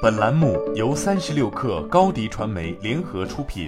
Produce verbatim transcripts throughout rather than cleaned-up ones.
本栏目由三十六氪高迪传媒联合出品。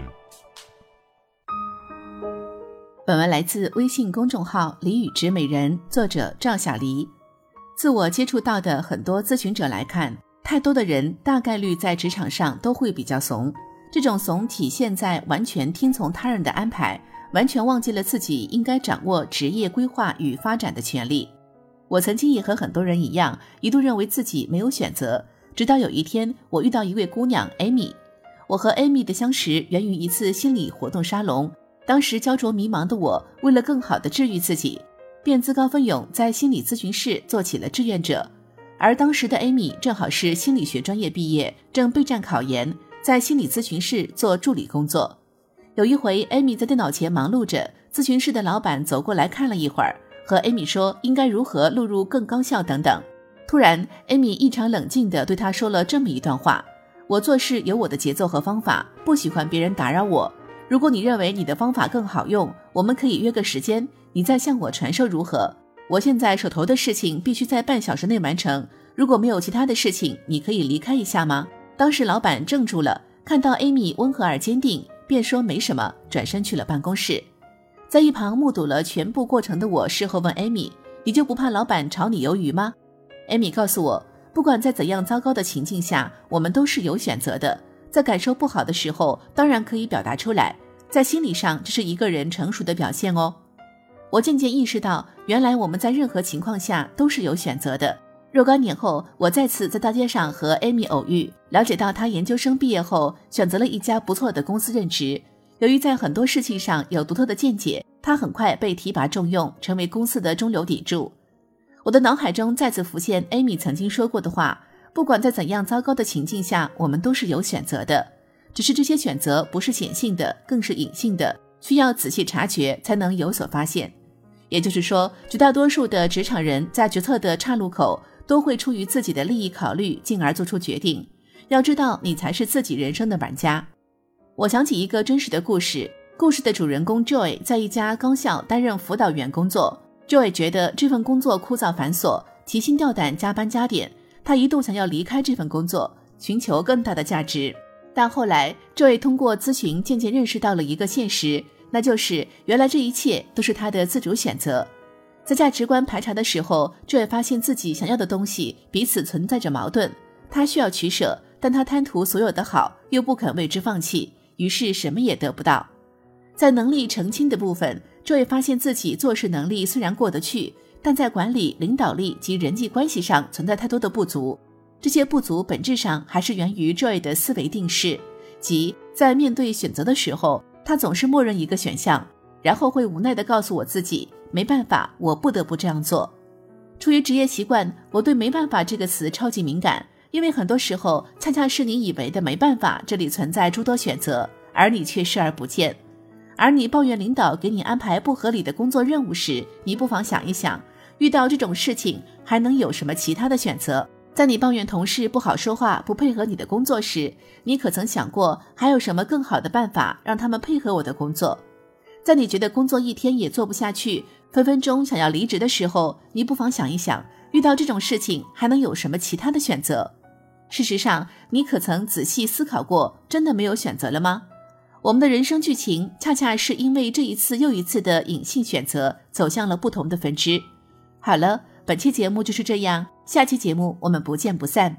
本文来自微信公众号李宇之美人，作者赵小黎。自我接触到的很多咨询者来看，太多的人大概率在职场上都会比较怂，这种怂体现在完全听从他人的安排，完全忘记了自己应该掌握职业规划与发展的权利。我曾经也和很多人一样，一度认为自己没有选择，直到有一天我遇到一位姑娘 Amy。 我和 Amy 的相识源于一次心理活动沙龙，当时焦灼迷茫的我，为了更好地治愈自己，便自告奋勇在心理咨询室做起了志愿者。而当时的 Amy 正好是心理学专业毕业，正备战考研，在心理咨询室做助理工作。有一回 Amy 在电脑前忙碌着，咨询室的老板走过来看了一会儿，和 Amy 说应该如何录入更高效等等。突然 Amy 异常冷静地对他说了这么一段话：我做事有我的节奏和方法，不喜欢别人打扰我。如果你认为你的方法更好用，我们可以约个时间，你再向我传授如何？我现在手头的事情必须在半小时内完成，如果没有其他的事情，你可以离开一下吗？当时老板怔住了，看到 Amy 温和而坚定，便说没什么，转身去了办公室。在一旁目睹了全部过程的我事后问 Amy， 你就不怕老板炒你鱿鱼吗？ Amy 告诉我，不管在怎样糟糕的情境下，我们都是有选择的，在感受不好的时候当然可以表达出来，在心理上这是一个人成熟的表现哦。我渐渐意识到，原来我们在任何情况下都是有选择的。若干年后，我再次在大街上和 Amy 偶遇，了解到她研究生毕业后选择了一家不错的公司任职。由于在很多事情上有独特的见解，她很快被提拔重用，成为公司的中流砥柱。我的脑海中再次浮现 Amy 曾经说过的话，不管在怎样糟糕的情境下，我们都是有选择的，只是这些选择不是显性的，更是隐性的，需要仔细察觉才能有所发现。也就是说，绝大多数的职场人在决策的岔路口都会出于自己的利益考虑，进而做出决定。要知道，你才是自己人生的玩家。我想起一个真实的故事，故事的主人公 Joy 在一家高校担任辅导员工作。Joy 觉得这份工作枯燥繁琐，提心吊胆，加班加点，他一度想要离开这份工作，寻求更大的价值。但后来 Joy 通过咨询渐渐认识到了一个现实，那就是原来这一切都是他的自主选择。在价值观排查的时候， Joy 发现自己想要的东西彼此存在着矛盾，他需要取舍，但他贪图所有的好，又不肯为之放弃，于是什么也得不到。在能力澄清的部分， Joy 发现自己做事能力虽然过得去，但在管理、领导力及人际关系上存在太多的不足。这些不足本质上还是源于 Joy 的思维定式，即在面对选择的时候，他总是默认一个选项，然后会无奈地告诉我自己，没办法，我不得不这样做。出于职业习惯，我对没办法这个词超级敏感，因为很多时候恰恰是你以为的没办法，这里存在诸多选择，而你却视而不见。而你抱怨领导给你安排不合理的工作任务时，你不妨想一想，遇到这种事情还能有什么其他的选择？在你抱怨同事不好说话，不配合你的工作时，你可曾想过还有什么更好的办法让他们配合我的工作？在你觉得工作一天也做不下去，分分钟想要离职的时候，你不妨想一想，遇到这种事情还能有什么其他的选择？事实上，你可曾仔细思考过，真的没有选择了吗？我们的人生剧情恰恰是因为这一次又一次的隐性选择，走向了不同的分支。好了，本期节目就是这样，下期节目我们不见不散。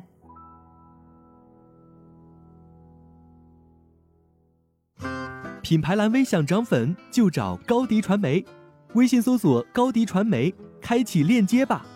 品牌蓝 V 想涨粉就找高迪传媒，微信搜索高迪传媒，开启链接吧。